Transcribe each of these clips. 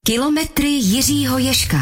Kilometry Jiřího Ježka.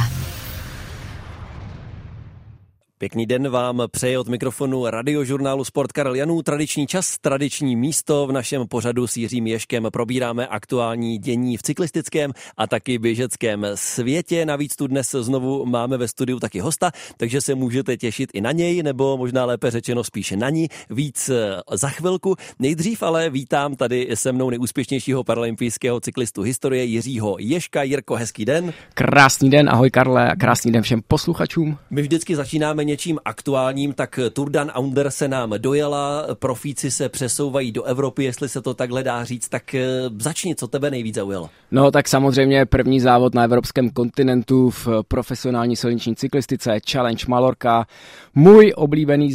Pěkný den vám přeje od mikrofonu radiožurnálu Sport Karel Janů. Tradiční čas, tradiční místo v našem pořadu s Jiřím Ježkem. Probíráme aktuální dění v cyklistickém a taky běžeckém světě. Navíc tu dnes znovu máme ve studiu taky hosta, takže se můžete těšit i na něj, nebo možná lépe řečeno spíše na ní. Víc za chvilku. Nejdřív ale vítám tady se mnou nejúspěšnějšího paralympijského cyklistu historie Jiřího Ježka. Jirko, hezký den. Krásný den, ahoj Karle, a krásný den všem posluchačům. My vždycky začínáme něčím aktuálním, tak Tour Down Under se nám dojela, profíci se přesouvají do Evropy, jestli se to takhle dá říct, tak začni, co tebe nejvíc zaujalo. No tak samozřejmě první závod na evropském kontinentu v profesionální silniční cyklistice, Challenge Mallorca. Můj oblíbený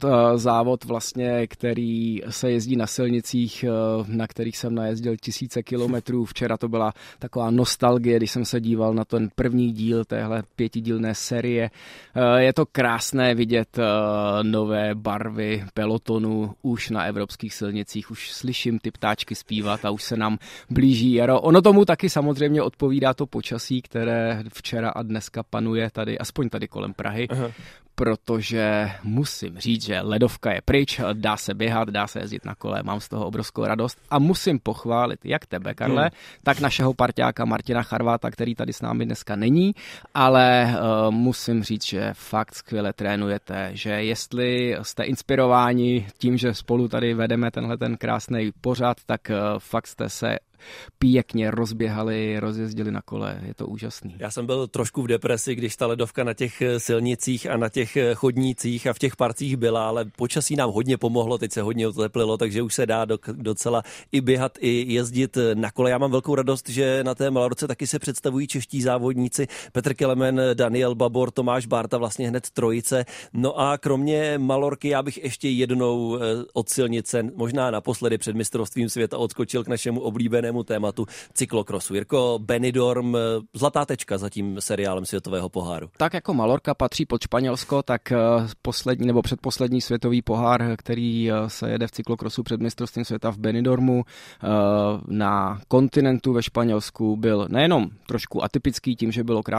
závod vlastně, který se jezdí na silnicích, na kterých jsem najezdil tisíce kilometrů. Včera to byla taková nostalgie, když jsem se díval na ten první díl téhle 5dílné série. Je to krásné vidět nové barvy pelotonu už na evropských silnicích. Už slyším ty ptáčky zpívat a už se nám blíží jaro. Ono tomu taky samozřejmě odpovídá to počasí, které včera a dneska panuje tady, aspoň tady kolem Prahy. Aha. Protože musím říct, že ledovka je pryč, dá se běhat, dá se jezdit na kole, mám z toho obrovskou radost a musím pochválit jak tebe, Karle, tak našeho parťáka Martina Charváta, který tady s námi dneska není, ale musím říct, že fakt skvěle trénujete, že jestli jste inspirováni tím, že spolu tady vedeme tenhle ten krásný pořad, tak fakt jste se pěkně rozběhali, rozjezdili na kole, je to úžasný. Já jsem byl trošku v depresi, když ta ledovka na těch silnicích a na těch chodnících a v těch parcích byla, ale počasí nám hodně pomohlo, teď se hodně oteplilo, takže už se dá docela i běhat, i jezdit na kole. Já mám velkou radost, že na té Malorce taky se představují čeští závodníci, Petr Kelemen, Daniel Babor, Tomáš Bárta, vlastně hned trojice. No a kromě Malorky já bych ještě jednou od silnice, možná naposledy před mistrovstvím světa odskočil k našemu oblíbenému tématu cyklokrosu. Jirko, Benidorm, zlatá tečka za tím seriálem světového poháru. Tak jako Malorka patří pod Španělsko, tak poslední nebo předposlední světový pohár, který se jede v cyklokrosu před mistrovstvím světa v Benidormu na kontinentu ve Španělsku, byl nejenom trošku atypický tím, že bylo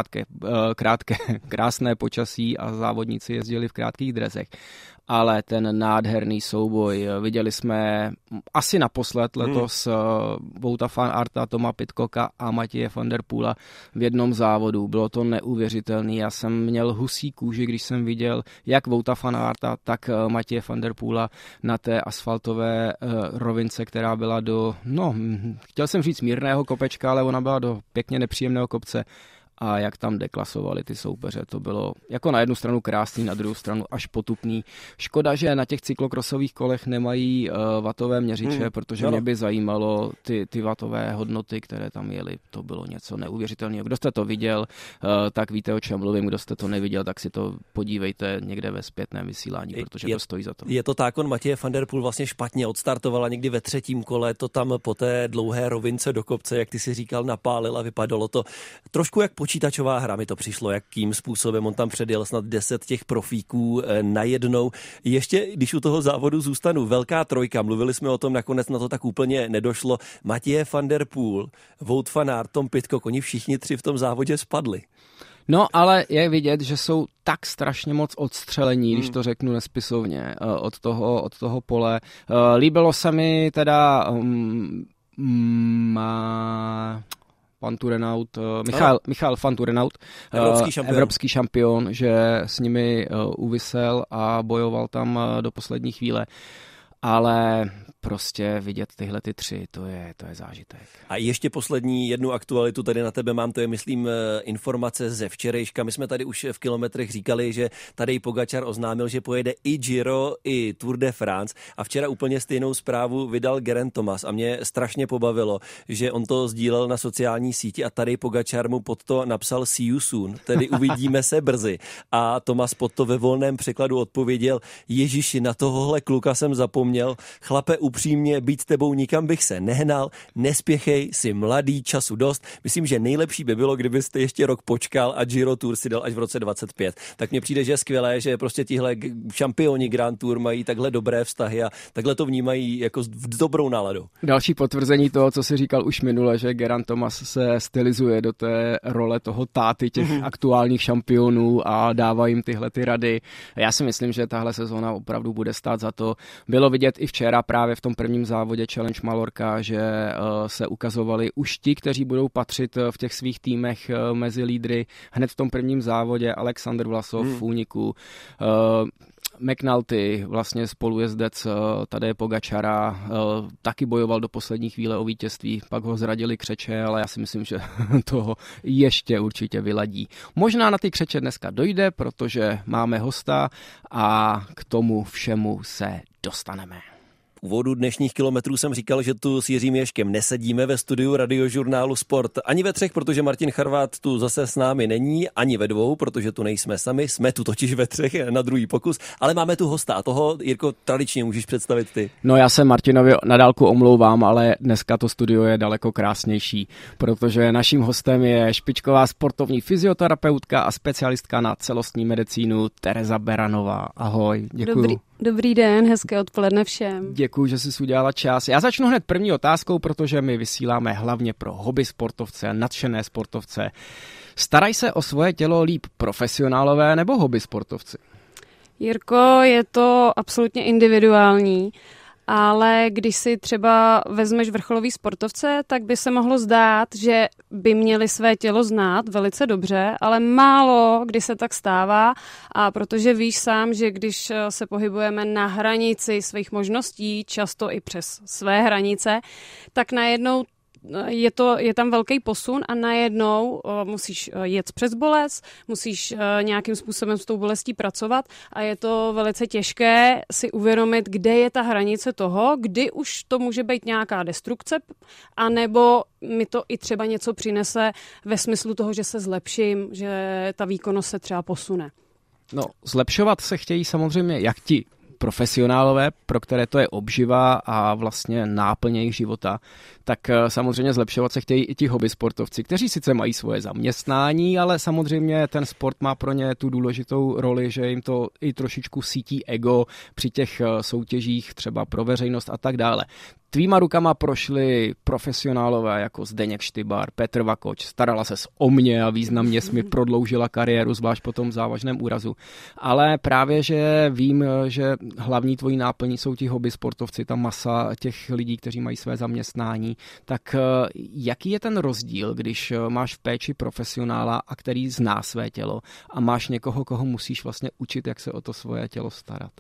krásné počasí a závodníci jezdili v krátkých dresech, ale ten nádherný souboj. Viděli jsme asi naposled letos Wouta van Aerta, Toma Pidcocka a Mathieu van der Poola v jednom závodu. Bylo to neuvěřitelné. Já jsem měl husí kůži, když jsem viděl jak Wouta van Aerta, tak Mathieu van der Poola na té asfaltové rovince, která byla chtěl jsem říct mírného kopečka, ale ona byla do pěkně nepříjemného kopce. A jak tam deklasovali ty soupeře, to bylo jako na jednu stranu krásný, na druhou stranu až potupný. Škoda, že na těch cyklokrosových kolech nemají vatové měřiče, protože mě by zajímalo ty vatové hodnoty, které tam jeli. To bylo něco neuvěřitelného. Kdo jste to viděl, tak víte, o čem mluvím. Kdo jste to neviděl, tak si to podívejte někde ve zpětném vysílání, protože to stojí za to. Je to tak, on Mathieu van der Poel vlastně špatně odstartovala někdy ve třetím kole, to tam po té dlouhé rovince do kopce, jak ty si říkal, napálil a vypadalo to trošku jak počítačová hra, mi to přišlo, jakým způsobem on tam předjel snad 10 těch profíků najednou. Ještě, když u toho závodu zůstanu, velká trojka, mluvili jsme o tom, nakonec na to tak úplně nedošlo. Mathieu van der Poel, Wout van Aert, Tom Pidcock, oni všichni tři v tom závodě spadli. No, ale je vidět, že jsou tak strašně moc odstřelení, když to řeknu nespisovně, od toho pole. Líbilo se mi teda Michal van Turenaut, evropský šampion, že s nimi uvisel a bojoval tam do poslední chvíle. Ale prostě vidět tyhle ty tři, to je zážitek. A ještě poslední jednu aktualitu tady na tebe mám, to je myslím informace ze včerejška. My jsme tady už v kilometrech říkali, že Tadej Pogačar oznámil, že pojede i Giro, i Tour de France a včera úplně stejnou zprávu vydal Geraint Thomas a mě strašně pobavilo, že on to sdílel na sociální síti a Tadej Pogačar mu pod to napsal see you soon, tedy uvidíme se brzy. A Thomas pod to ve volném překladu odpověděl: Ježiši, na tohohle kluka jsem zapomněl, vzpomněl. Chlape, upřímně, být s tebou nikam bych se nehnal, nespěchej, jsi mladý, času dost. Myslím, že nejlepší by bylo, kdybyste ještě rok počkal a Giro Tour si dal až v roce 25. Tak mně přijde, že je skvělé, že prostě tihle šampioni Grand Tour mají takhle dobré vztahy a takhle to vnímají jako s dobrou náladou. Další potvrzení toho, co si říkal už minule, že Geraint Thomas se stylizuje do té role toho táty těch aktuálních šampionů a dává jim tyhle ty rady. Já si myslím, že tahle sezóna opravdu bude stát za to. Bylo vidět i včera právě v tom prvním závodě Challenge Mallorca, že se ukazovali už ti, kteří budou patřit v těch svých týmech mezi lídry. Hned v tom prvním závodě Alexander Vlasov v úniku, McNulty, vlastně spolujezdec Tadeje Pogačara, taky bojoval do poslední chvíle o vítězství, pak ho zradili křeče, ale já si myslím, že toho ještě určitě vyladí. Možná na ty křeče dneska dojde, protože máme hosta a k tomu všemu se dostaneme. V úvodu dnešních kilometrů jsem říkal, že tu s Jiřím Ježkem nesedíme ve studiu Radiožurnálu Sport ani ve 3, protože Martin Charvát tu zase s námi není, ani ve 2, protože tu nejsme sami, jsme tu totiž ve 3 na druhý pokus, ale máme tu hosta a toho, Jirko, tradičně můžeš představit ty. No já se Martinovi na dálku omlouvám, ale dneska to studio je daleko krásnější, protože naším hostem je špičková sportovní fyzioterapeutka a specialistka na celostní medicínu Tereza Beranová. Ahoj, děkuju. Dobrý den, hezké odpoledne všem. Děkuji, že jsi udělala čas. Já začnu hned první otázkou, protože my vysíláme hlavně pro hobby sportovce, nadšené sportovce. Starají se o svoje tělo líp profesionálové nebo hobby sportovci? Jirko, je to absolutně individuální, ale když si třeba vezmeš vrcholový sportovce, tak by se mohlo zdát, že by měli své tělo znát velice dobře, ale málo kdy se tak stává a protože víš sám, že když se pohybujeme na hranici svých možností, často i přes své hranice, tak najednou je tam velký posun a najednou musíš jet přes bolest, musíš nějakým způsobem s tou bolestí pracovat a je to velice těžké si uvědomit, kde je ta hranice toho, kdy už to může být nějaká destrukce, anebo mi to i třeba něco přinese ve smyslu toho, že se zlepším, že ta výkonnost se třeba posune. No, zlepšovat se chtějí samozřejmě jak ti profesionálové, pro které to je obživa a vlastně náplň jejich života, tak samozřejmě zlepšovat se chtějí i ti hobby sportovci, kteří sice mají svoje zaměstnání, ale samozřejmě ten sport má pro ně tu důležitou roli, že jim to i trošičku sítí ego při těch soutěžích, třeba pro veřejnost a tak dále. Tvýma rukama prošli profesionálové jako Zdeněk Štybar, Petr Vakoč, starala ses o mě a významně jsi mi prodloužila kariéru, zvlášť po tom závažném úrazu. Ale právě, že vím, že hlavní tvojí náplní jsou ti hobby sportovci, ta masa těch lidí, kteří mají své zaměstnání, tak jaký je ten rozdíl, když máš v péči profesionála, a který zná své tělo a máš někoho, koho musíš vlastně učit, jak se o to svoje tělo starat?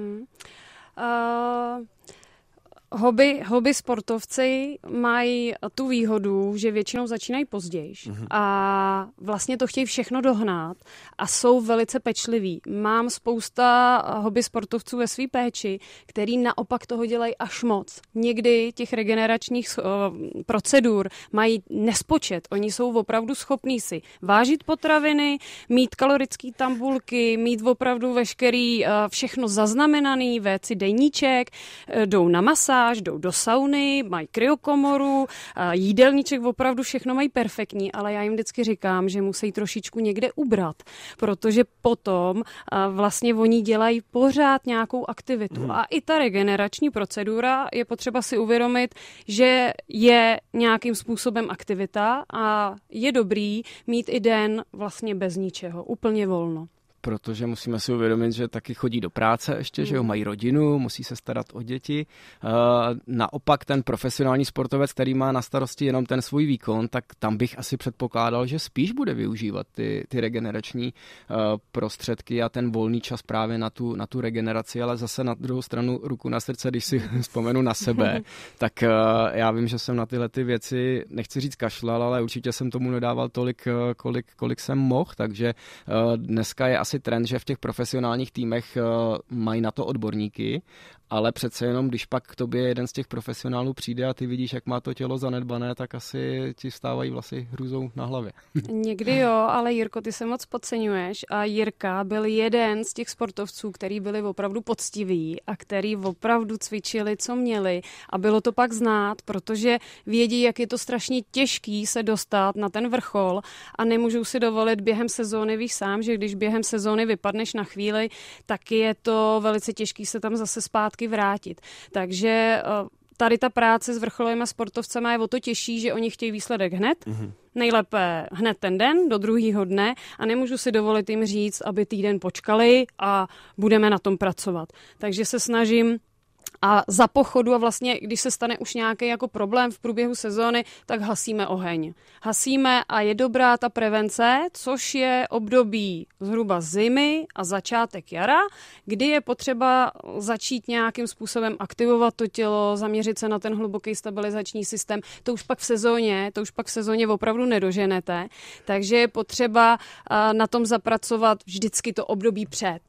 Hobby sportovci mají tu výhodu, že většinou začínají později a vlastně to chtějí všechno dohnat a jsou velice pečliví. Mám spousta hobby sportovců ve své péči, který naopak toho dělají až moc. Někdy těch regeneračních procedur mají nespočet. Oni jsou opravdu schopní si vážit potraviny, mít kalorické tabulky, mít opravdu veškerý všechno zaznamenaný, vést si deníček, jdou na masáž, jdou do sauny, mají kryokomoru, jídelníček, opravdu všechno mají perfektní, ale já jim vždycky říkám, že musí trošičku někde ubrat, protože potom vlastně oni dělají pořád nějakou aktivitu. A i ta regenerační procedura je potřeba si uvědomit, že je nějakým způsobem aktivita a je dobrý mít i den vlastně bez ničeho, úplně volno. Protože musíme si uvědomit, že taky chodí do práce ještě, že jo, mají rodinu, musí se starat o děti. Naopak ten profesionální sportovec, který má na starosti jenom ten svůj výkon, tak tam bych asi předpokládal, že spíš bude využívat ty regenerační prostředky a ten volný čas právě na tu regeneraci, ale zase na druhou stranu ruku na srdce, když si vzpomenu na sebe, tak já vím, že jsem na tyhle ty věci, nechci říct kašlal, ale určitě jsem tomu nedával tolik, kolik jsem mohl, takže dneska je asi trend, že v těch profesionálních týmech mají na to odborníky ale přece jenom, když pak k tobě jeden z těch profesionálů přijde a ty vidíš, jak má to tělo zanedbané, tak asi ti vstávají vlasy hrůzou na hlavě. Někdy jo, ale Jirko, ty se moc podceňuješ a Jirka byl jeden z těch sportovců, který byli opravdu poctiví a který opravdu cvičili, co měli a bylo to pak znát, protože vědí, jak je to strašně těžký se dostat na ten vrchol a nemůžou si dovolit během sezóny, víš sám, že když během sezóny vypadneš na chvíli, tak je to velice těžký se tam zase zpátky vrátit. Takže tady ta práce s vrcholovými sportovcema je o to těžší, že oni chtějí výsledek hned, nejlépe hned ten den, do druhého dne a nemůžu si dovolit jim říct, aby týden počkali a budeme na tom pracovat. Takže se snažím a za pochodu a vlastně, když se stane už nějaký jako problém v průběhu sezóny, tak hasíme oheň. Hasíme a je dobrá ta prevence, což je období zhruba zimy a začátek jara, kdy je potřeba začít nějakým způsobem aktivovat to tělo, zaměřit se na ten hluboký stabilizační systém. To už pak v sezóně opravdu nedoženete, takže je potřeba na tom zapracovat vždycky to období před.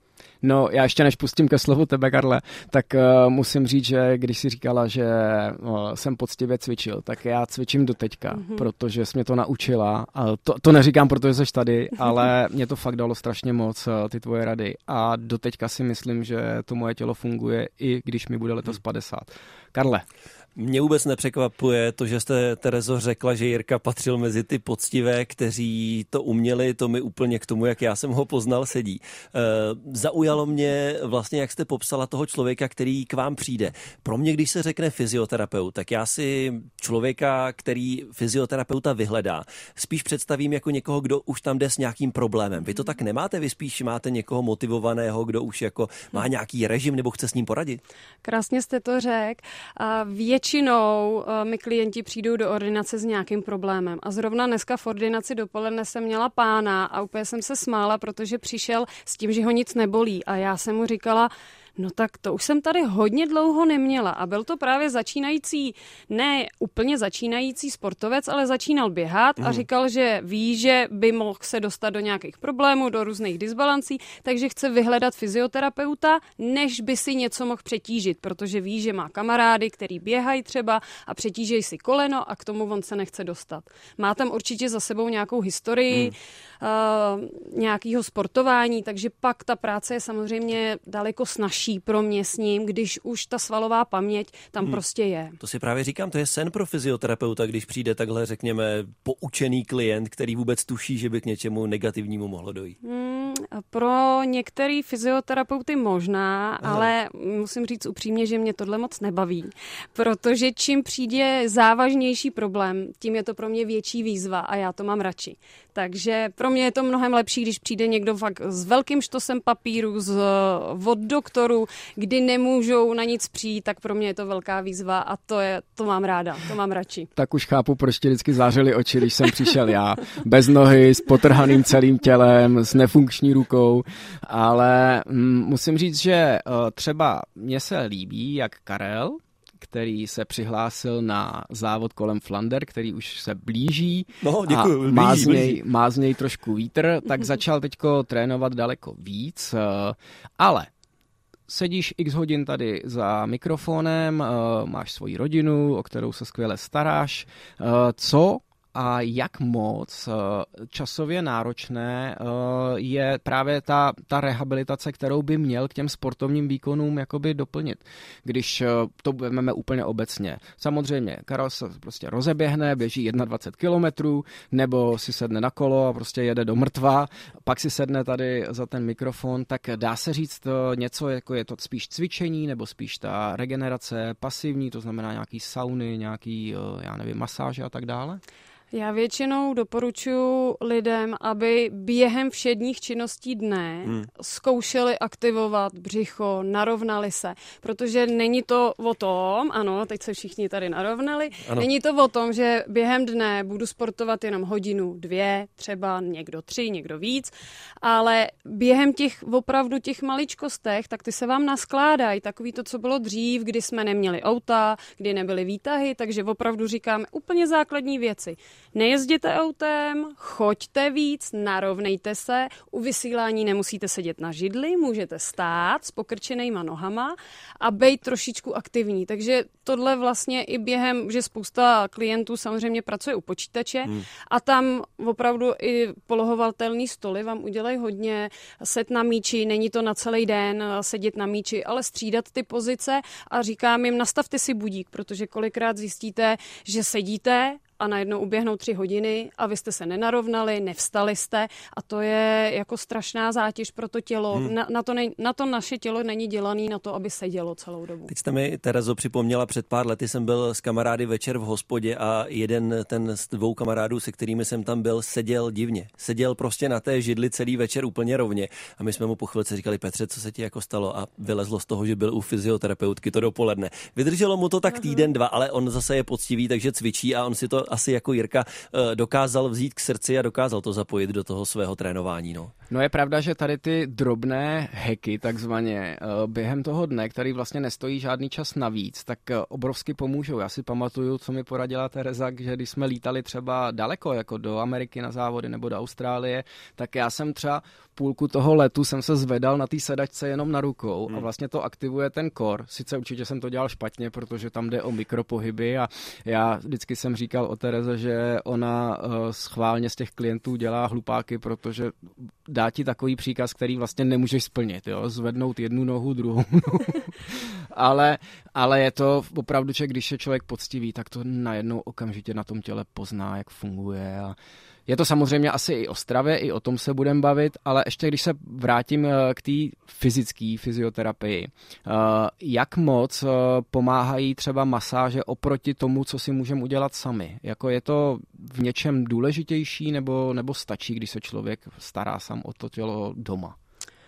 No, já ještě než pustím ke slovu tebe, Karle, tak musím říct, že když jsi říkala, že jsem poctivě cvičil, tak já cvičím doteďka, protože jsi mě to naučila. A to neříkám, protože jsi tady, ale mě to fakt dalo strašně moc, ty tvoje rady. A doteďka si myslím, že to moje tělo funguje, i když mi bude letos 50. Karle. Mě vůbec nepřekvapuje to, že jste, Terezo, řekla, že Jirka patřil mezi ty poctivé, kteří to uměli, to mi úplně k tomu, jak já jsem ho poznal, sedí. Zaujalo mě vlastně, jak jste popsala toho člověka, který k vám přijde. Pro mě, když se řekne fyzioterapeut, tak já si člověka, který fyzioterapeuta vyhledá, spíš představím jako někoho, kdo už tam jde s nějakým problémem. Vy to tak nemáte, vy spíš máte někoho motivovaného, kdo už jako má nějaký režim nebo chce s ním poradit? Krásně jste to řekl. Většinou mi klienti přijdou do ordinace s nějakým problémem. A zrovna dneska v ordinaci dopoledne jsem měla pána a úplně jsem se smála, protože přišel s tím, že ho nic nebolí. A já jsem mu říkala, no tak to už jsem tady hodně dlouho neměla a byl to právě začínající, ne úplně začínající sportovec, ale začínal běhat a říkal, že ví, že by mohl se dostat do nějakých problémů, do různých disbalancí, takže chce vyhledat fyzioterapeuta, než by si něco mohl přetížit, protože ví, že má kamarády, který běhají třeba a přetížejí si koleno a k tomu on se nechce dostat. Má tam určitě za sebou nějakou historii, nějakého sportování, takže pak ta práce je samozřejmě daleko snazší pro mě s ním, když už ta svalová paměť tam prostě je. To si právě říkám, to je sen pro fyzioterapeuta, když přijde takhle, řekněme, poučený klient, který vůbec tuší, že by k něčemu negativnímu mohlo dojít. Pro některý fyzioterapeuty možná, ale musím říct upřímně, že mě tohle moc nebaví, protože čím přijde závažnější problém, tím je to pro mě větší výzva a já to mám radši. Takže pro mě je to mnohem lepší, když přijde někdo fakt s velkým štosem papíru, od doktoru, kdy nemůžou na nic přijít, tak pro mě je to velká výzva a to mám ráda, to mám radši. Tak už chápu, proč ti vždycky zářily oči, když jsem přišel já. Bez nohy, s potrhaným celým tělem, s nefunkční rukou, ale musím říct, že třeba mně se líbí, jak Karel, který se přihlásil na závod kolem Flander, který už se blíží. No, děkuju, má z něj trošku vítr, tak začal teďko trénovat daleko víc, ale sedíš x hodin tady za mikrofonem, máš svoji rodinu, o kterou se skvěle staráš. Co a jak moc časově náročné je právě ta rehabilitace, kterou by měl k těm sportovním výkonům jakoby doplnit, když to vezmeme úplně obecně. Samozřejmě, Karel se prostě rozeběhne, běží 21 kilometrů, nebo si sedne na kolo a prostě jede do mrtva, pak si sedne tady za ten mikrofon, tak dá se říct něco, jako je to spíš cvičení, nebo spíš ta regenerace pasivní, to znamená nějaký sauny, nějaký, já nevím, masáže a tak dále? Já většinou doporučuji lidem, aby během všedních činností dne zkoušeli aktivovat břicho, narovnali se, protože není to o tom, ano, teď se všichni tady narovnali, není to o tom, že během dne budu sportovat jenom hodinu, 2, třeba někdo 3, někdo víc, ale během opravdu těch maličkostech, tak ty se vám naskládají, takový to, co bylo dřív, kdy jsme neměli auta, kdy nebyly výtahy, takže opravdu říkáme úplně základní věci. Nejezděte autem, choďte víc, narovnejte se, u vysílání nemusíte sedět na židli, můžete stát s pokrčenýma nohama a být trošičku aktivní. Takže tohle vlastně i během, že spousta klientů samozřejmě pracuje u počítače a tam opravdu i polohovatelný stoly vám udělají hodně, set na míči, není to na celý den sedět na míči, ale střídat ty pozice a říkám jim, nastavte si budík, protože kolikrát zjistíte, že sedíte a najednou uběhnou 3 hodiny a vy jste se nenarovnali, nevstali jste a to je jako strašná zátěž pro to tělo. Na to naše tělo není dělané na to, aby sedělo celou dobu. Teď jste mi, Terezo, připomněla, před pár lety jsem byl s kamarády večer v hospodě a jeden ten z 2 kamarádů, se kterými jsem tam byl, seděl divně. Seděl prostě na té židli celý večer úplně rovně a my jsme mu po chvilce říkali, Petře, co se ti jako stalo, a vylezlo z toho, že byl u fyzioterapeutky to dopoledne. Vydrželo mu to tak týden, 2, ale on zase je poctivý, takže cvičí a on si to asi jako Jirka dokázal vzít k srdci a dokázal to zapojit do toho svého trénování. No je pravda, že tady ty drobné hacky takzvaně během toho dne, který vlastně nestojí žádný čas navíc, tak obrovsky pomůžou. Já si pamatuju, co mi poradila Tereza, že když jsme lítali třeba daleko, jako do Ameriky na závody nebo do Austrálie, tak já jsem třeba půlku toho letu jsem se zvedal na té sedačce jenom na rukou a vlastně to aktivuje ten core. Sice určitě jsem to dělal špatně, protože tam jde o mikropohyby a já vždycky jsem říkal o Tereze, že ona schválně z těch klientů dělá hlupáky, protože dá ti takový příkaz, který vlastně nemůžeš splnit, jo? Zvednout jednu nohu, druhou nohu. ale je to opravdu, že když je člověk poctivý, tak to najednou okamžitě na tom těle pozná, jak funguje. A je to samozřejmě asi i o stravě, i o tom se budeme bavit, ale ještě když se vrátím k té fyzické fyzioterapii, jak moc pomáhají třeba masáže oproti tomu, co si můžeme udělat sami? Jako je to v něčem důležitější nebo stačí, když se člověk stará sám o to tělo doma?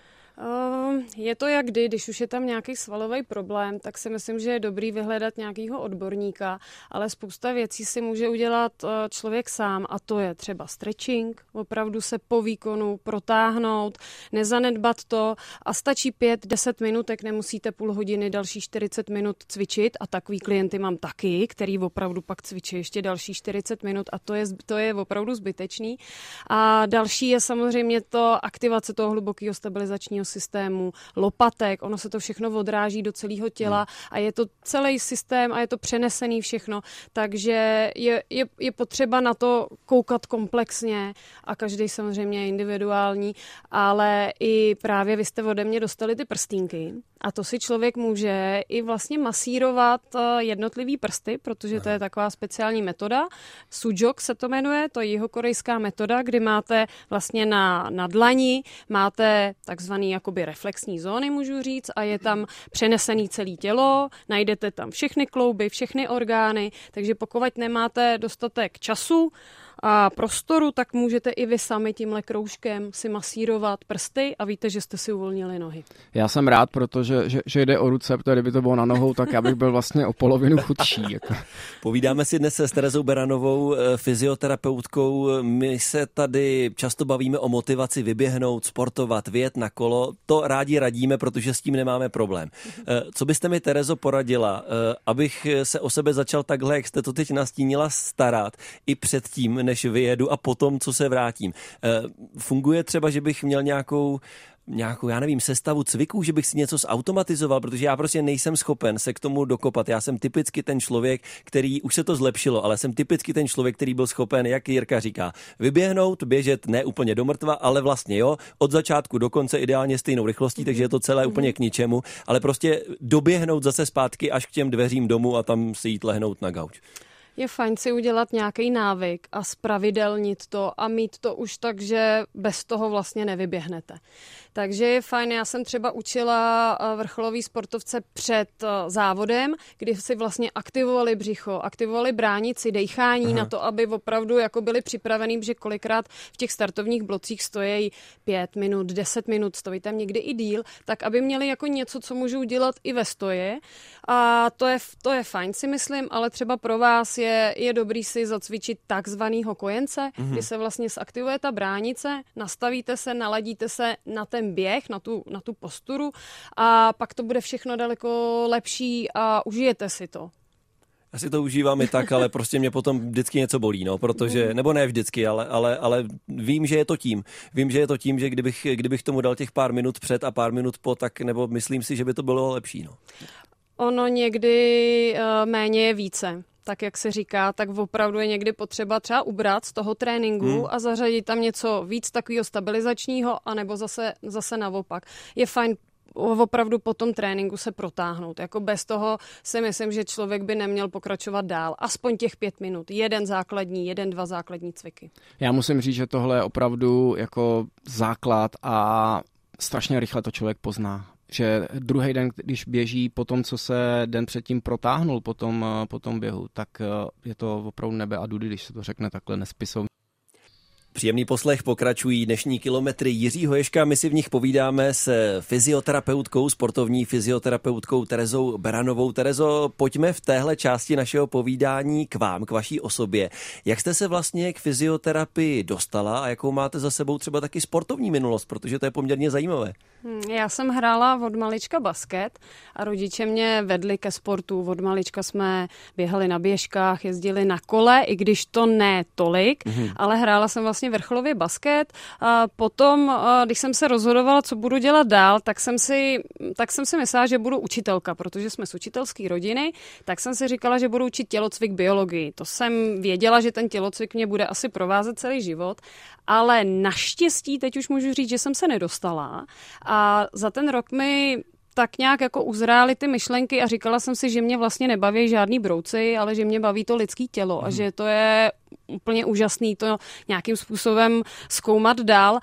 Je to jak když už je tam nějaký svalový problém, tak si myslím, že je dobrý vyhledat nějakého odborníka, ale spousta věcí si může udělat člověk sám a to je třeba stretching, opravdu se po výkonu protáhnout, nezanedbat to a stačí 5-10 minutek, nemusíte půl hodiny, další 40 minut cvičit a takový klienty mám taky, který opravdu pak cvičí ještě další 40 minut a to je opravdu zbytečný. A další je samozřejmě to aktivace toho hlubokého stabilizačního systému, lopatek, ono se to všechno odráží do celého těla a je to celý systém a je to přenesený všechno, takže je potřeba na to koukat komplexně a každý samozřejmě je individuální, ale i právě vy jste ode mě dostali ty prstínky a to si člověk může i vlastně masírovat jednotlivý prsty, protože to je taková speciální metoda. Sujok se to jmenuje, to je jihokorejská metoda, kdy máte vlastně na dlani, máte takzvaný jakoby reflexní zóny, můžu říct, a je tam přenesený celé tělo, najdete tam všechny klouby, všechny orgány, takže pokud nemáte dostatek času a prostoru, tak můžete i vy sami tímhle kroužkem si masírovat prsty a víte, že jste si uvolnili nohy. Já jsem rád, protože že jde o ruce, protože kdyby to bylo na nohou, tak já bych byl vlastně o polovinu chudší. Jako. Povídáme si dnes s Terezou Beranovou, fyzioterapeutkou. My se tady často bavíme o motivaci vyběhnout, sportovat, vyjet na kolo. To rádi radíme, protože s tím nemáme problém. Co byste mi, Terezo, poradila, abych se o sebe začal takhle, jak jste to teď nastínila, starat i předtím, než vyjedu a potom, co se vrátím. Funguje třeba, že bych měl nějakou, já nevím, sestavu cviků, že bych si něco zautomatizoval, protože já prostě nejsem schopen se k tomu dokopat. Já jsem typicky ten člověk, který, už se to zlepšilo, ale jsem typicky ten člověk, který byl schopen, jak Jirka říká, vyběhnout, běžet ne úplně do mrtva, ale vlastně jo, od začátku do konce ideálně stejnou rychlostí, takže je to celé úplně k ničemu, ale prostě doběhnout zase zpátky až k těm dveřím domu a tam si jít lehnout na gauč. Je fajn si udělat nějaký návyk a zpravidelnit to a mít to už tak, že bez toho vlastně nevyběhnete. Takže je fajn, já jsem třeba učila vrcholový sportovce před závodem, kdy si vlastně aktivovali břicho, aktivovali bránici, dejchání na to, aby opravdu jako byli připravený, že kolikrát v těch startovních blocích stojí 5 minut, 10 minut, stojí tam někdy i díl, tak aby měli jako něco, co můžou dělat i ve stoje. A to je fajn, si myslím, ale třeba pro vás je dobrý si zacvičit takzvanýho kojence, kdy se vlastně zaktivuje ta bránice, nastavíte se, naladíte se na ten běh, na tu posturu a pak to bude všechno daleko lepší a užijete si to. Já si to užívám i tak, ale prostě mě potom vždycky něco bolí, no, protože, nebo ne vždycky, ale vím, že je to tím. Vím, že je to tím, že kdybych tomu dal těch pár minut před a pár minut po, tak nebo myslím si, že by to bylo lepší, no. Ono někdy méně je více. Tak jak se říká, tak opravdu je někdy potřeba třeba ubrat z toho tréninku a zařadit tam něco víc takového stabilizačního, anebo zase naopak. Je fajn opravdu po tom tréninku se protáhnout. Jako bez toho si myslím, že člověk by neměl pokračovat dál. Aspoň těch 5 minut. 2 základní cviky. Já musím říct, že tohle je opravdu jako základ a strašně rychle to člověk pozná. Že druhý den, když běží po tom, co se den předtím protáhnul po tom běhu, tak je to opravdu nebe a dudy, když se to řekne takhle nespisovně. Příjemný poslech, pokračují dnešní kilometry Jiřího Ježka. My si v nich povídáme s fyzioterapeutkou, sportovní fyzioterapeutkou Terezou Beranovou. Terezo, pojďme v téhle části našeho povídání k vám, k vaší osobě. Jak jste se vlastně k fyzioterapii dostala a jakou máte za sebou třeba taky sportovní minulost, protože to je poměrně zajímavé. Já jsem hrála od malička basket a rodiče mě vedli ke sportu. Od malička jsme běhali na běžkách, jezdili na kole, i když to ne tolik, ale hrála jsem vlastně vrcholově basket. A potom, když jsem se rozhodovala, co budu dělat dál, tak jsem si myslela, že budu učitelka, protože jsme z učitelské rodiny, tak jsem si říkala, že budu učit tělocvik biologii. To jsem věděla, že ten tělocvik mě bude asi provázet celý život, ale naštěstí teď už můžu říct, že jsem se nedostala. A za ten rok mi tak nějak jako uzrály ty myšlenky a říkala jsem si, že mě vlastně nebaví žádný brouci, ale že mě baví to lidské tělo a že to je úplně úžasný to nějakým způsobem zkoumat dál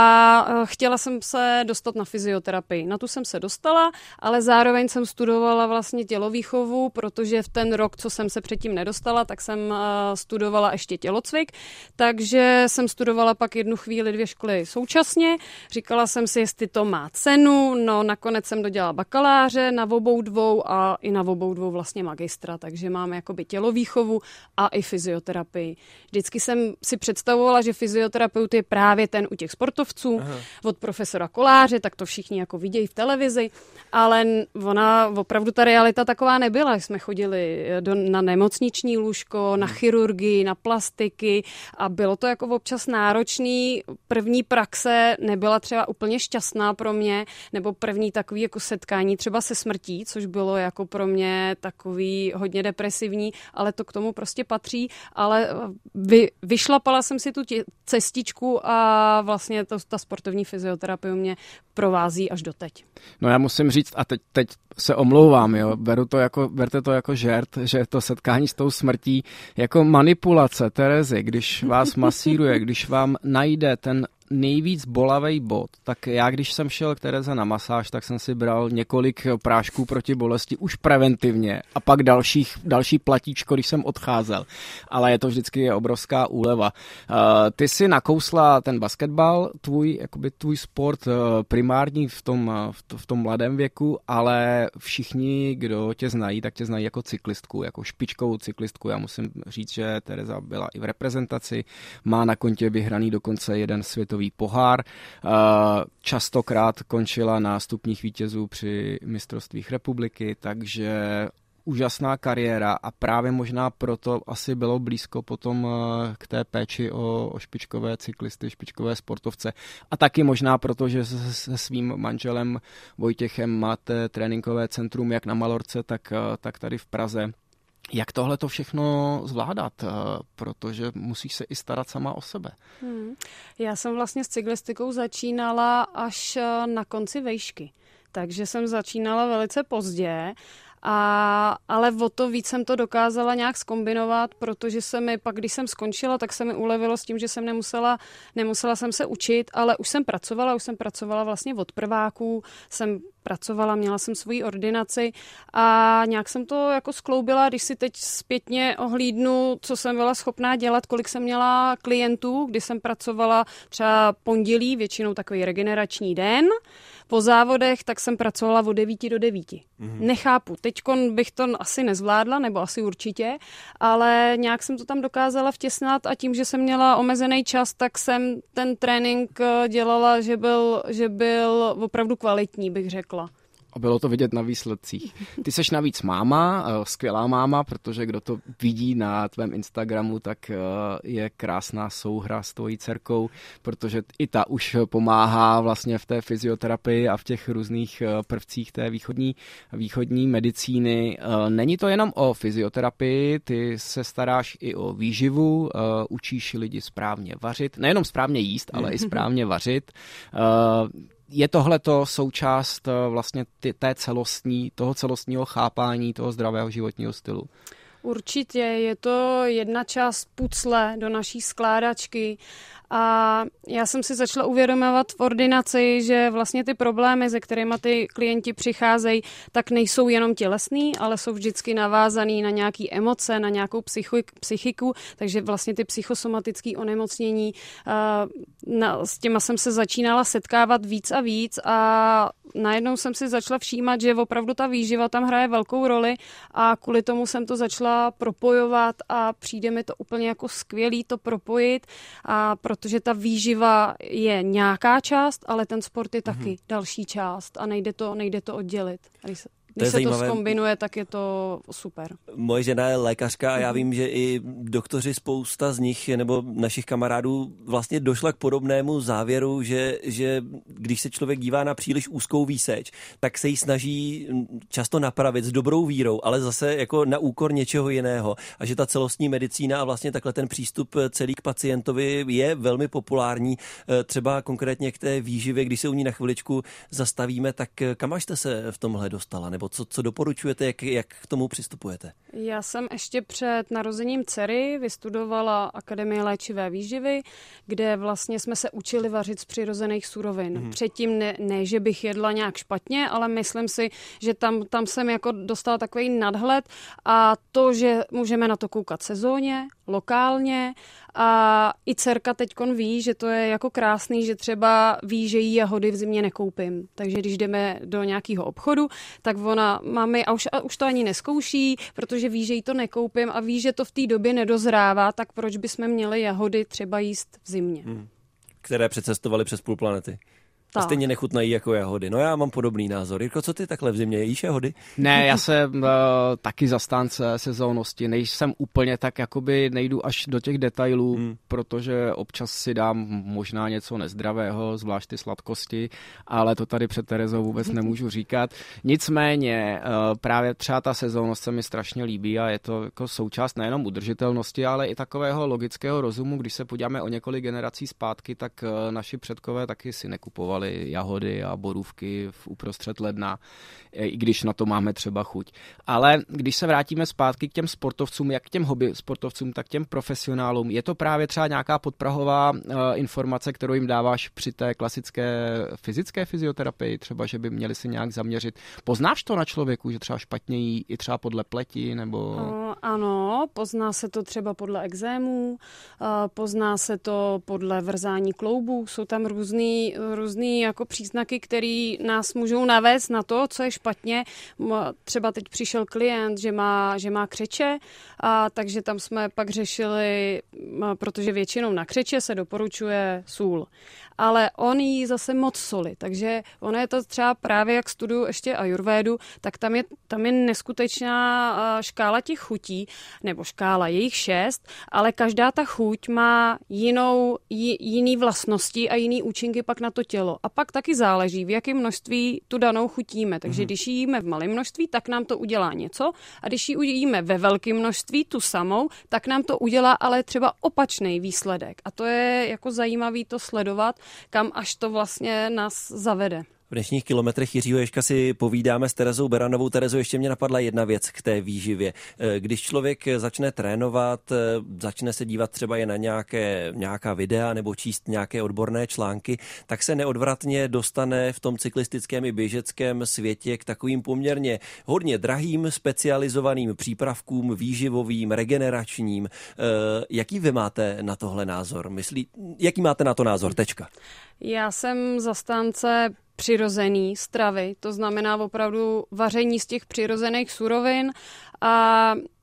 a chtěla jsem se dostat na fyzioterapii. Na tu jsem se dostala, ale zároveň jsem studovala vlastně tělovýchovu, protože v ten rok, co jsem se předtím nedostala, tak jsem studovala ještě tělocvik, takže jsem studovala pak 1 chvíli 2 školy současně. Říkala jsem si, jestli to má cenu, no nakonec jsem dodělala bakaláře na obou 2 a i na obou 2 vlastně magistra, takže máme jakoby tělovýchovu a i fyzioterapii. Vždycky jsem si představovala, že fyzioterapeut je právě ten u těch sportovců, od profesora Koláře, tak to všichni jako vidějí v televizi, ale ona opravdu ta realita taková nebyla. Jsme chodili na nemocniční lůžko, na chirurgii, na plastiky a bylo to jako občas náročný. První praxe nebyla třeba úplně šťastná pro mě, nebo první takový jako setkání třeba se smrtí, což bylo jako pro mě takový hodně depresivní, ale to k tomu prostě patří, ale vyšlapala jsem si tu cestičku a vlastně ta sportovní fyzioterapie mě provází až doteď. No já musím říct, a teď se omlouvám, jo, berte to jako žert, že to setkání s tou smrtí jako manipulace Terezy, když vás masíruje, když vám najde ten nejvíc bolavý bod, tak já, když jsem šel k Tereze na masáž, tak jsem si bral několik prášků proti bolesti už preventivně a pak další platíčko, když jsem odcházel. Ale je to vždycky obrovská úleva. Ty si nakousla ten basketbal, tvůj sport primární v tom mladém věku, ale všichni, kdo tě znají, tak tě znají jako cyklistku, jako špičkovou cyklistku. Já musím říct, že Tereza byla i v reprezentaci, má na kontě vyhraný dokonce 1 světový pohár. Častokrát končila na stupních vítězů při mistrovstvích republiky, takže úžasná kariéra a právě možná proto asi bylo blízko potom k té péči o špičkové cyklisty, špičkové sportovce. A taky možná proto, že se svým manželem Vojtěchem máte tréninkové centrum jak na Malorce, tak tady v Praze. Jak tohle to všechno zvládat? Protože musíš se i starat sama o sebe. Já jsem vlastně s cyklistikou začínala až na konci vejšky. Takže jsem začínala velice pozdě, ale o to víc jsem to dokázala nějak zkombinovat, protože se mi pak, když jsem skončila, tak se mi ulevilo s tím, že jsem nemusela jsem se učit, ale už jsem pracovala vlastně od prváků, měla jsem svoji ordinaci a nějak jsem to jako skloubila, když si teď zpětně ohlídnu, co jsem byla schopná dělat, kolik jsem měla klientů, kdy jsem pracovala třeba pondělí, většinou takový regenerační den, po závodech, tak jsem pracovala od 9 do 9. Nechápu, teďkon bych to asi nezvládla, nebo asi určitě, ale nějak jsem to tam dokázala vtěsnat a tím, že jsem měla omezený čas, tak jsem ten trénink dělala, že byl opravdu kvalitní, bych řekla. A bylo to vidět na výsledcích. Ty seš navíc máma, skvělá máma, protože kdo to vidí na tvém Instagramu, tak je krásná souhra s tvojí dcerkou, protože i ta už pomáhá vlastně v té fyzioterapii a v těch různých prvcích té východní medicíny. Není to jenom o fyzioterapii, ty se staráš i o výživu, učíš lidi správně vařit, nejenom správně jíst, ale i správně vařit. Je tohleto součást vlastně toho celostního chápání, toho zdravého životního stylu? Určitě, je to jedna část pucle do naší skládačky a já jsem si začala uvědomovat v ordinaci, že vlastně ty problémy, se kterými ty klienti přicházejí, tak nejsou jenom tělesný, ale jsou vždycky navázaný na nějaké emoce, na nějakou psychiku, takže vlastně ty psychosomatické onemocnění, s těma jsem se začínala setkávat víc a víc a najednou jsem si začala všímat, že opravdu ta výživa tam hraje velkou roli a kvůli tomu jsem to začala propojovat a přijde mi to úplně jako skvělý to propojit, a protože ta výživa je nějaká část, ale ten sport je taky další část a nejde to oddělit. Když se to zkombinuje, tak je to super. Moje žena je lékařka a já vím, že i doktoři, spousta z nich nebo našich kamarádů vlastně došla k podobnému závěru, že když se člověk dívá na příliš úzkou výseč, tak se ji snaží často napravit s dobrou vírou, ale zase jako na úkor něčeho jiného. A že ta celostní medicína a vlastně takhle ten přístup celý k pacientovi je velmi populární. Třeba konkrétně k té výživě, když se u ní na chviličku zastavíme, tak kam až jste se v tomhle dostala? Nebo co doporučujete, jak k tomu přistupujete? Já jsem ještě před narozením dcery vystudovala Akademii léčivé výživy, kde vlastně jsme se učili vařit z přirozených surovin. Předtím ne, že bych jedla nějak špatně, ale myslím si, že tam jsem jako dostala takový nadhled a to, že můžeme na to koukat sezóně, lokálně a i dcerka teďkon ví, že to je jako krásný, že třeba ví, že jí jahody v zimě nekoupím. Takže když jdeme do nějakého obchodu, tak ona, mami, a už to ani neskouší, protože ví, že jí to nekoupím a ví, že to v té době nedozrává, tak proč bychom měli jahody třeba jíst v zimě? Které přecestovaly přes půl planety. A stejně nechutnají jako jahody. No já mám podobný názor. Jirko, co ty takhle v zimě jíš jahody? Ne, já jsem taky zastánce sezónnosti. Nejsem úplně tak, jakoby nejdu až do těch detailů, protože občas si dám možná něco nezdravého, zvlášť ty sladkosti, ale to tady před Terezou vůbec nemůžu říkat. Nicméně právě třeba ta sezónnost se mi strašně líbí a je to jako součást nejenom udržitelnosti, ale i takového logického rozumu. Když se podíváme o několik generací zpátky, tak naši předkové taky si nekupovali jahody a borůvky uprostřed ledna, i když na to máme třeba chuť. Ale když se vrátíme zpátky k těm sportovcům, jak k těm hobby sportovcům, tak k těm profesionálům, je to právě třeba nějaká podprahová informace, kterou jim dáváš při té klasické fyzické fyzioterapii, třeba, že by měli si nějak zaměřit. Poznáš to na člověku, že třeba špatně jí i třeba podle pleti, nebo... Ano, pozná se to třeba podle ekzémů, pozná se to podle vrzání kloubů, jsou tam různý jako příznaky, které nás můžou navést na to, co je špatně. Třeba teď přišel klient, že má křeče, a takže tam jsme pak řešili, protože většinou na křeče se doporučuje sůl. Ale on jí zase moc soli, takže ono je to třeba právě, jak studuju ještě ajurvédu, tak tam je neskutečná škála těch chutí, nebo škála, je jich 6, ale každá ta chuť má jiný vlastnosti a jiný účinky pak na to tělo. A pak taky záleží, v jakém množství tu danou chutíme. Takže když ji jíme v malém množství, tak nám to udělá něco, a když ji jíme ve velkém množství, tu samou, tak nám to udělá ale třeba opačný výsledek. A to je jako zajímavý to sledovat, kam až to vlastně nás zavede. V dnešních kilometrech Jiřího Ježka si povídáme s Terezou Beranovou. Terezo, ještě mě napadla jedna věc k té výživě. Když člověk začne trénovat, začne se dívat třeba je na nějaká videa nebo číst nějaké odborné články, tak se neodvratně dostane v tom cyklistickém i běžeckém světě k takovým poměrně hodně drahým specializovaným přípravkům, výživovým, regeneračním. Jaký vy máte na tohle názor? Jaký máte na to názor? Tečka. Já jsem zastánce přirozený stravy, to znamená opravdu vaření z těch přirozených surovin a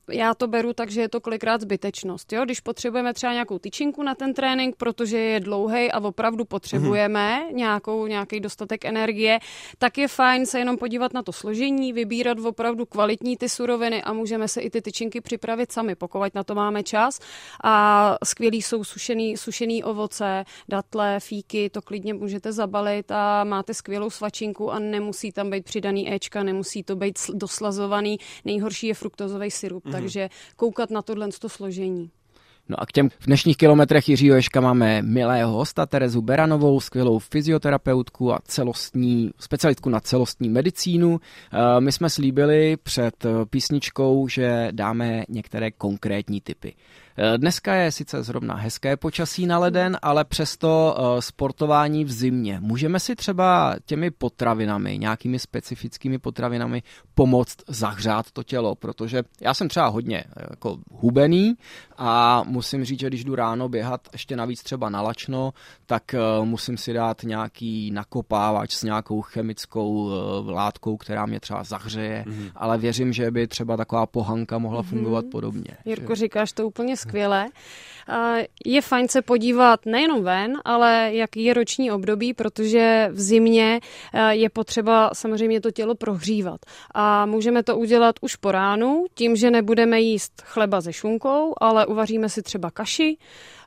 já to beru tak, že je to kolikrát zbytečnost. Jo? Když potřebujeme třeba nějakou tyčinku na ten trénink, protože je dlouhej a opravdu potřebujeme nějaký dostatek energie, tak je fajn se jenom podívat na to složení, vybírat opravdu kvalitní ty suroviny a můžeme se i ty tyčinky připravit sami, pokud na to máme čas. A skvělý jsou sušený ovoce, datle, fíky, to klidně můžete zabalit a máte skvělou svačinku a nemusí tam být přidaný éčka, nemusí to být doslazovaný. Nejhorší je fruktozový sirup, takže koukat na tohle složení. No a k těm v dnešních kilometrech Jiřího Ježka máme milého hosta Terezu Beranovou, skvělou fyzioterapeutku a specialistku na celostní medicínu. My jsme slíbili před písničkou, že dáme některé konkrétní tipy. Dneska je sice zrovna hezké počasí na leden, ale přesto sportování v zimě. Můžeme si třeba těmi potravinami, nějakými specifickými potravinami pomoct zahřát to tělo, protože já jsem třeba hodně jako hubený a musím říct, že když jdu ráno běhat ještě navíc třeba na lačno, tak musím si dát nějaký nakopávač s nějakou chemickou látkou, která mě třeba zahřeje, ale věřím, že by třeba taková pohanka mohla fungovat podobně. Jirko, říkáš to úplně skvěle. Je fajn se podívat nejenom ven, ale jaký je roční období, protože v zimě je potřeba samozřejmě to tělo prohřívat. A můžeme to udělat už po ránu, tím, že nebudeme jíst chleba se šunkou, ale uvaříme si třeba kaši.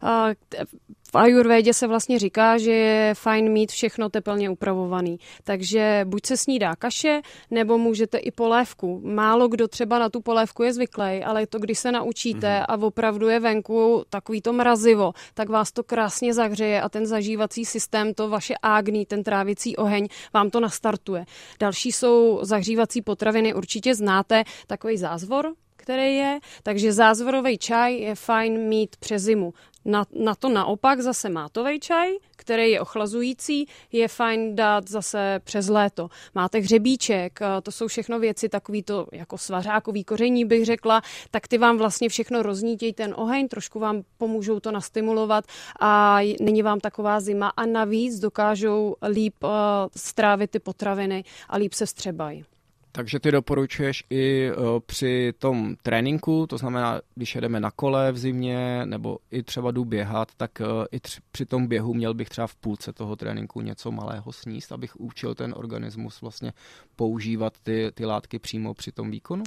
V ajurvédě se vlastně říká, že je fajn mít všechno tepelně upravovaný. Takže buď se snídá kaše, nebo můžete i polévku. Málo kdo třeba na tu polévku je zvyklý, ale to, když se naučíte a opravdu je venku takový to mrazivo, tak vás to krásně zahřeje a ten zažívací systém, to vaše ágní, ten trávicí oheň, vám to nastartuje. Další jsou zahřívací potraviny, určitě znáte, takový zázvor, který je, takže zázvorový čaj je fajn mít přes zimu. Na to naopak zase mátový čaj, který je ochlazující, je fajn dát zase přes léto. Máte hřebíček, to jsou všechno věci takový to jako svařákový koření bych řekla, tak ty vám vlastně všechno roznítějí ten oheň, trošku vám pomůžou to nastimulovat a není vám taková zima a navíc dokážou líp strávit ty potraviny a líp se vstřebají. Takže ty doporučuješ i při tom tréninku, to znamená, když jedeme na kole v zimě, nebo i třeba jdu běhat, tak i při tom běhu měl bych třeba v půlce toho tréninku něco malého sníst, abych učil ten organismus vlastně používat ty látky přímo při tom výkonu?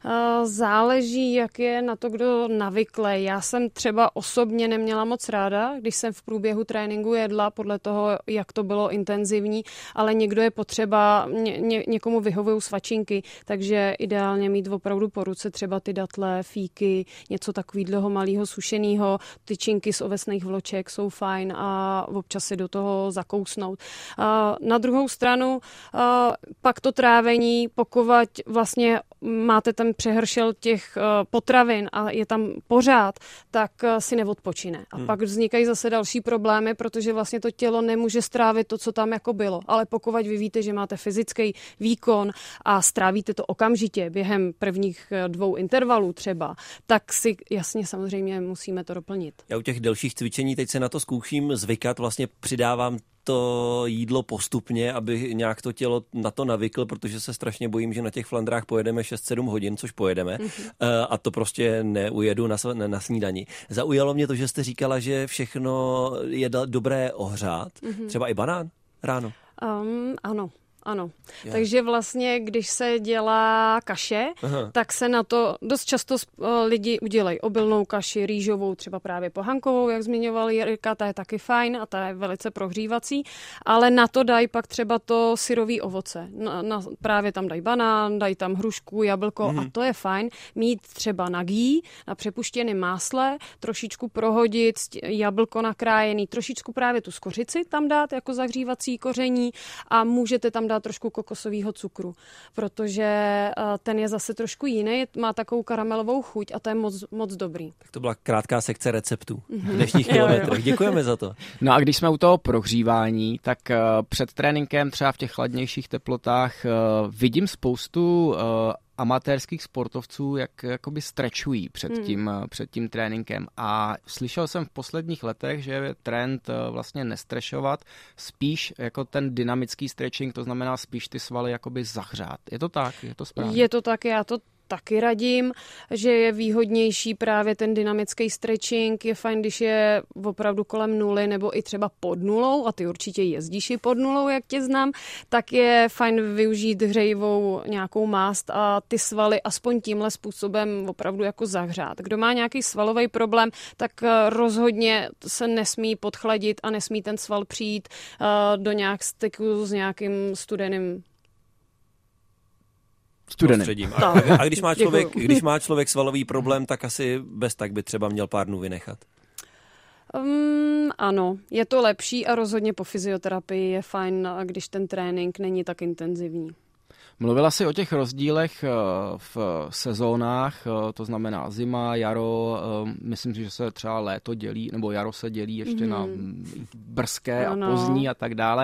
Záleží, jak je na to, kdo navyklý. Já jsem třeba osobně neměla moc ráda, když jsem v průběhu tréninku jedla, podle toho, jak to bylo intenzivní, ale někdo je potřeba, někomu vyhovují svačinky, takže ideálně mít opravdu po ruce třeba ty datle, fíky, něco takového malého sušeného, tyčinky z ovesných vloček jsou fajn a občas si do toho zakousnout. Na druhou stranu pak to trávení, pokud vlastně máte tam přehršel těch potravin a je tam pořád, tak si neodpočine. A pak vznikají zase další problémy, protože vlastně to tělo nemůže strávit to, co tam jako bylo. Ale pokud vy víte, že máte fyzický výkon a strávíte to okamžitě během prvních 2 intervalů třeba, tak si jasně samozřejmě musíme to doplnit. Já u těch delších cvičení teď se na to zkouším zvykat, vlastně přidávám to jídlo postupně, aby nějak to tělo na to navyklo, protože se strašně bojím, že na těch Flandrách pojedeme 6-7 hodin, což pojedeme, a to prostě neujedu na snídani. Zaujalo mě to, že jste říkala, že všechno je dobré ohřát, třeba i banán ráno. Ano. Takže vlastně, když se dělá kaše, tak se na to dost často lidi udělají obilnou kaši, rýžovou, třeba právě pohankovou, jak zmiňoval Jirka, ta je taky fajn a ta je velice prohřívací, ale na to dají pak třeba to syrový ovoce. Právě tam dají banán, dají tam hrušku, jablko a to je fajn. Mít třeba na ghee, na přepuštěném másle, trošičku prohodit, jablko nakrájený, trošičku právě tu skořici tam dát jako zahřívací koření a můžete tam dát trošku kokosového cukru, protože ten je zase trošku jiný, má takovou karamelovou chuť a to je moc dobrý. Tak to byla krátká sekce receptů v dnešních kilometrech. Děkujeme za to. No a když jsme u toho prohřívání, tak před tréninkem třeba v těch chladnějších teplotách vidím spoustu amatérských sportovců, jak jakoby stretchují před tím tréninkem. A slyšel jsem v posledních letech, že je trend vlastně nestrešovat, spíš jako ten dynamický stretching, to znamená spíš ty svaly jakoby zahřát. Je to tak? Je to správně? Je to tak, já to taky radím, že je výhodnější právě ten dynamický stretching. Je fajn, když je opravdu kolem nuly nebo i třeba pod nulou, a ty určitě jezdíš i pod nulou, jak tě znám, tak je fajn využít hřejivou nějakou mást a ty svaly aspoň tímhle způsobem opravdu jako zahřát. Kdo má nějaký svalový problém, tak rozhodně se nesmí podchladit a nesmí ten sval přijít do nějak styku s nějakým studeným prostředím. A když má člověk svalový problém, tak asi bez tak by třeba měl pár dnů vynechat. Ano, je to lepší a rozhodně po fyzioterapii je fajn, když ten trénink není tak intenzivní. Mluvila jsi o těch rozdílech v sezónách, to znamená zima, jaro, myslím si, že se třeba léto dělí, nebo jaro se dělí ještě na brzké a pozdní a tak dále.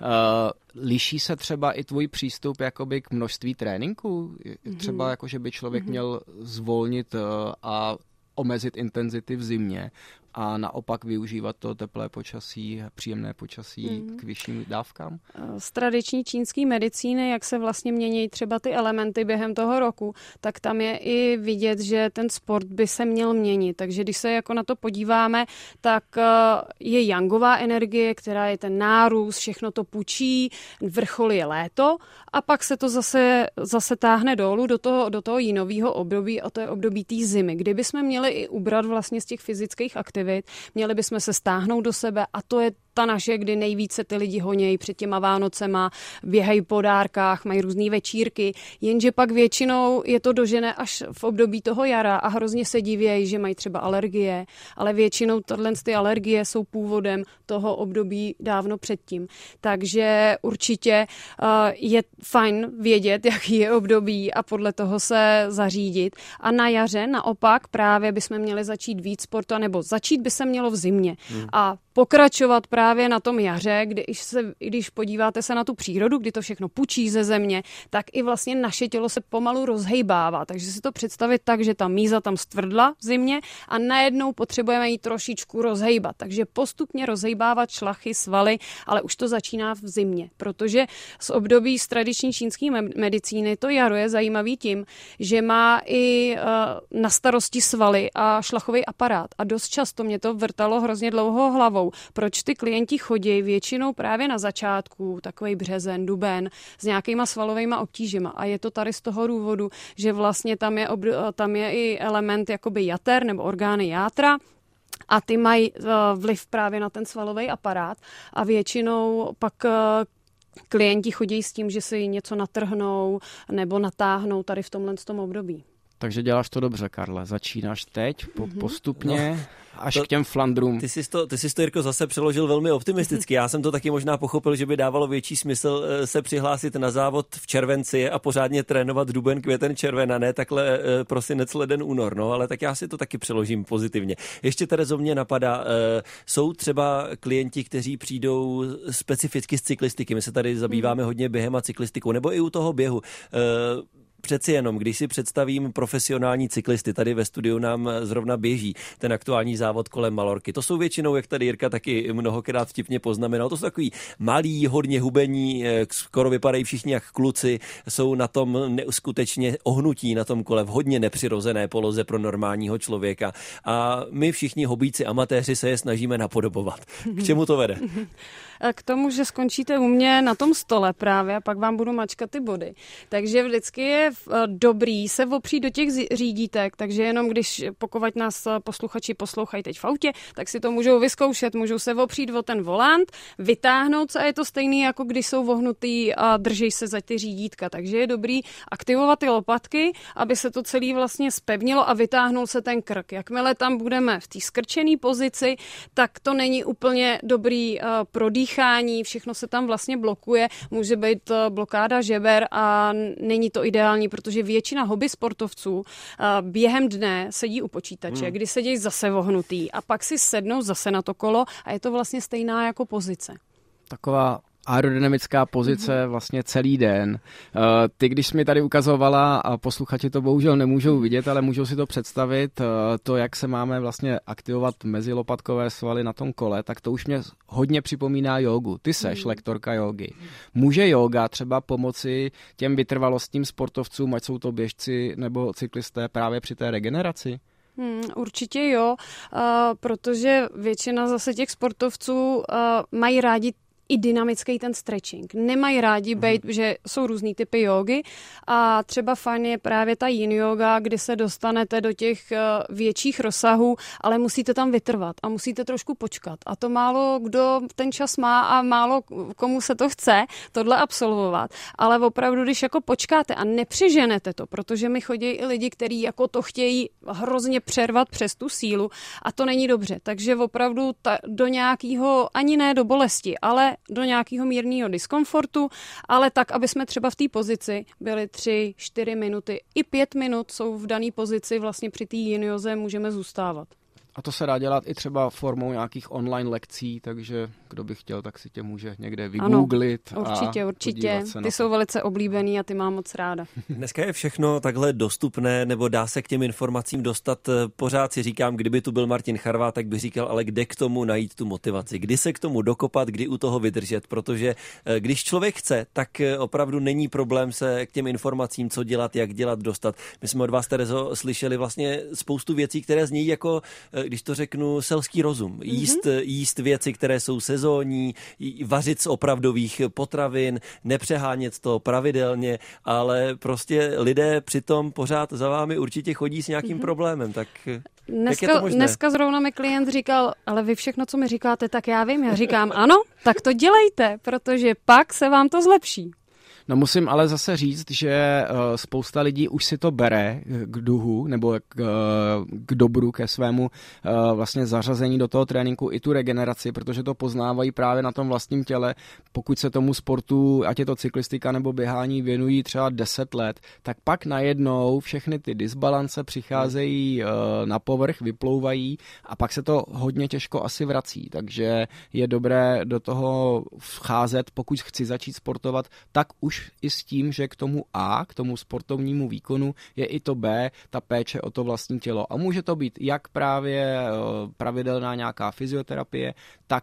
Liší se třeba i tvůj přístup jakoby k množství tréninků? Třeba jako, že by člověk měl zvolnit a omezit intenzity v zimě a naopak využívat to teplé počasí, příjemné počasí k vyšším dávkám? Z tradiční čínské medicíny, jak se vlastně mění třeba ty elementy během toho roku, tak tam je i vidět, že ten sport by se měl měnit. Takže když se jako na to podíváme, tak je yangová energie, která je ten nárůst, všechno to pučí, vrchol je léto a pak se to zase táhne dolů do toho jinového období a to je období té zimy. Kdyby jsme měli i ubrat vlastně z těch fyzických aktivit, měli bychom se stáhnout do sebe a to je ta naše, kdy nejvíce ty lidi honějí před těma Vánocema, běhají po dárkách, mají různý večírky, jenže pak většinou je to dožené až v období toho jara a hrozně se divějí, že mají třeba alergie, ale většinou ty alergie jsou původem toho období dávno předtím. Takže určitě je fajn vědět, jaký je období a podle toho se zařídit. A na jaře naopak právě bychom měli začít víc sportu, nebo začít by se mělo v zimě a pokračovat právě na tom jaře, když podíváte se na tu přírodu, kdy to všechno pučí ze země, tak i vlastně naše tělo se pomalu rozhejbává. Takže si to představit tak, že ta míza tam stvrdla v zimě a najednou potřebujeme jí trošičku rozhejbat. Takže postupně rozhejbávat šlachy, svaly, ale už to začíná v zimě. Protože z období z tradiční čínské medicíny to jaro je zajímavý tím, že má i na starosti svaly a šlachový aparát. A dost často mě to vrtalo hrozně dlouho hlavou. Proč ty klienti chodí většinou právě na začátku, takový březen, duben, s nějakýma svalovými obtížima. A je to tady z toho důvodu, že vlastně tam je i element jakoby jater nebo orgány játra, a ty mají vliv právě na ten svalový aparát a většinou pak klienti chodí s tím, že si něco natrhnou nebo natáhnou tady v tomhle období. Takže děláš to dobře, Karle. Začínáš teď, postupně, až k těm Flandrům. Ty jsi to, Jirko, zase přeložil velmi optimisticky. Já jsem to taky možná pochopil, že by dávalo větší smysl se přihlásit na závod v červenci a pořádně trénovat duben, květen, červen a ne takhle prosinec, leden, únor. No, ale tak já si to taky přeložím pozitivně. Ještě, Terezo, mě napadá, jsou třeba klienti, kteří přijdou specificky z cyklistiky. My se tady zabýváme hodně během a cyklistikou, nebo i u toho běhu. Přeci jenom, když si představím profesionální cyklisty, tady ve studiu nám zrovna běží ten aktuální závod kolem Malorky. To jsou většinou, jak tady Jirka taky mnohokrát vtipně poznamenal, to jsou takový malí, hodně hubení, skoro vypadají všichni jak kluci, jsou na tom neskutečně ohnutí na tom kole v hodně nepřirozené poloze pro normálního člověka. A my všichni hobíci, amatéři se je snažíme napodobovat. K čemu to vede? K tomu, že skončíte u mě na tom stole právě a pak vám budu mačkat ty body. Takže vždycky je dobrý se opřít do těch řídítek, takže jenom pokud nás posluchači poslouchají teď v autě, tak si to můžou vyzkoušet, můžou se opřít o ten volant, vytáhnout se a je to stejný, jako když jsou vohnutý a drží se za ty řídítka. Takže je dobrý aktivovat ty lopatky, aby se to celé vlastně zpevnilo a vytáhnul se ten krk. Jakmile tam budeme v té skrčené pozici, tak to není úplně dobrý pro dýchání, všechno se tam vlastně blokuje, může být blokáda žeber a není to ideální, protože většina hobby sportovců během dne sedí u počítače, kdy sedí zase vohnutý a pak si sednou zase na to kolo a je to vlastně stejná jako pozice. Taková aerodynamická pozice vlastně celý den. Ty, když jsi mi tady ukazovala, a posluchači to bohužel nemůžou vidět, ale můžou si to představit, to, jak se máme vlastně aktivovat mezilopatkové svaly na tom kole, tak to už mě hodně připomíná jógu. Ty seš lektorka jógy. Může jóga třeba pomoci těm vytrvalostním sportovcům, ať jsou to běžci nebo cyklisté, právě při té regeneraci? Určitě jo, protože většina zase těch sportovců mají rádi i dynamický ten stretching. Nemají rádi být, že jsou různý typy jógy a třeba fajn je právě ta yin yoga, kdy se dostanete do těch větších rozsahů, ale musíte tam vytrvat a musíte trošku počkat. A to málo kdo ten čas má a málo komu se to chce tohle absolvovat. Ale opravdu, když jako počkáte a nepřiženete to, protože mi chodí i lidi, kteří jako to chtějí hrozně přervat přes tu sílu a to není dobře. Takže opravdu do nějakého, ani ne do bolesti, ale do nějakého mírného diskomfortu, ale tak, aby jsme třeba v té pozici byli 3-4 minuty, i 5 minut jsou v dané pozici, vlastně při té yin józe můžeme zůstávat. A to se dá dělat i třeba formou nějakých online lekcí, takže kdo by chtěl, tak si tě může někde vygooglit. Ano, určitě. Ty jsou velice oblíbený a ty mám moc ráda. Dneska je všechno takhle dostupné, nebo dá se k těm informacím dostat. Pořád si říkám, kdyby tu byl Martin Charvát, tak by říkal, ale kde k tomu najít tu motivaci? Kdy se k tomu dokopat, kdy u toho vydržet? Protože když člověk chce, tak opravdu není problém se k těm informacím, co dělat, jak dělat, dostat. My jsme od vás, Terezo, slyšeli vlastně spoustu věcí, které zní jako, když to řeknu, selský rozum. Jíst věci, které jsou sezónní, vařit z opravdových potravin, nepřehánět to pravidelně, ale prostě lidé přitom pořád za vámi určitě chodí s nějakým problémem, tak jak je to možné? Dneska zrovna mi klient říkal, ale vy všechno, co mi říkáte, tak já vím. Já říkám, ano, tak to dělejte, protože pak se vám to zlepší. No musím ale zase říct, že spousta lidí už si to bere k duhu nebo k dobru, ke svému vlastně zařazení do toho tréninku i tu regeneraci, protože to poznávají právě na tom vlastním těle. Pokud se tomu sportu, ať je to cyklistika nebo běhání, věnují třeba 10 let, tak pak najednou všechny ty disbalance přicházejí na povrch, vyplouvají a pak se to hodně těžko asi vrací. Takže je dobré do toho vcházet, pokud chci začít sportovat, tak už i s tím, že k tomu A, k tomu sportovnímu výkonu je i to B, ta péče o to vlastní tělo. A může to být jak právě pravidelná nějaká fyzioterapie, tak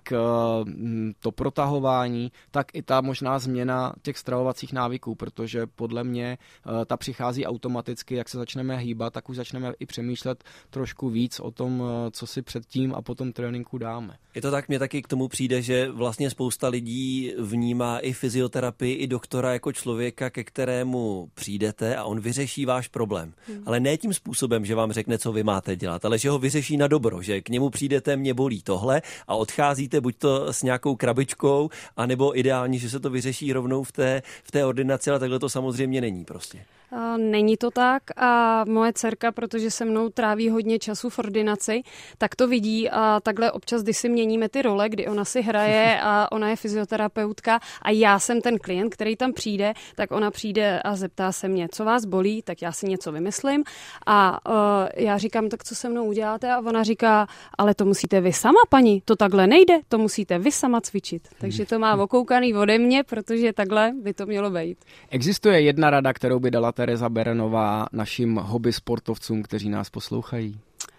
to protahování, tak i ta možná změna těch stravovacích návyků, protože podle mě ta přichází automaticky, jak se začneme hýbat, tak už začneme i přemýšlet trošku víc o tom, co si před tím a po tom tréninku dáme. Je to tak, mně taky k tomu přijde, že vlastně spousta lidí vnímá i fyzioterapii, i doktora jako člověka, ke kterému přijdete a on vyřeší váš problém. Ale ne tím způsobem, že vám řekne, co vy máte dělat, ale že ho vyřeší na dobro, že k němu přijdete, mě bolí tohle a odcházíte buď to s nějakou krabičkou, anebo ideálně, že se to vyřeší rovnou v té ordinaci, ale takhle to samozřejmě není prostě. Není to tak a moje dcerka, protože se mnou tráví hodně času v ordinaci, tak to vidí a takhle občas, když si měníme ty role, kdy ona si hraje a ona je fyzioterapeutka a já jsem ten klient, který tam přijde, tak ona přijde a zeptá se mě, co vás bolí, tak já si něco vymyslím a já říkám, tak co se mnou uděláte a ona říká, ale to musíte vy sama, paní, to takhle nejde, to musíte vy sama cvičit. Takže to má okoukaný ode mě, protože takhle by to mělo být. Existuje jedna rada, kterou by dala Tereza Berenová našim hobby sportovcům, kteří nás poslouchají?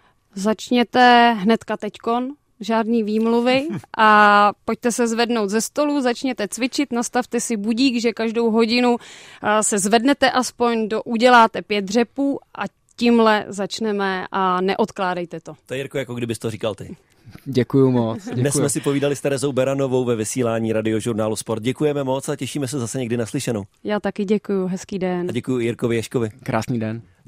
Začněte hnedka teďkon, žádný výmluvy a pojďte se zvednout ze stolu, začněte cvičit, nastavte si budík, že každou hodinu se zvednete aspoň, uděláte 5 dřepů a tímhle začneme a neodkládejte to. To je, Jirko, jako kdybys to říkal ty. Děkuju moc. Děkuju. Dnes jsme si povídali s Terezou Beranovou ve vysílání Radiožurnálu Sport. Děkujeme moc a těšíme se zase někdy naslyšenou. Já taky děkuju, hezký den. A děkuji Jirkovi Ježkovi. Krásný den.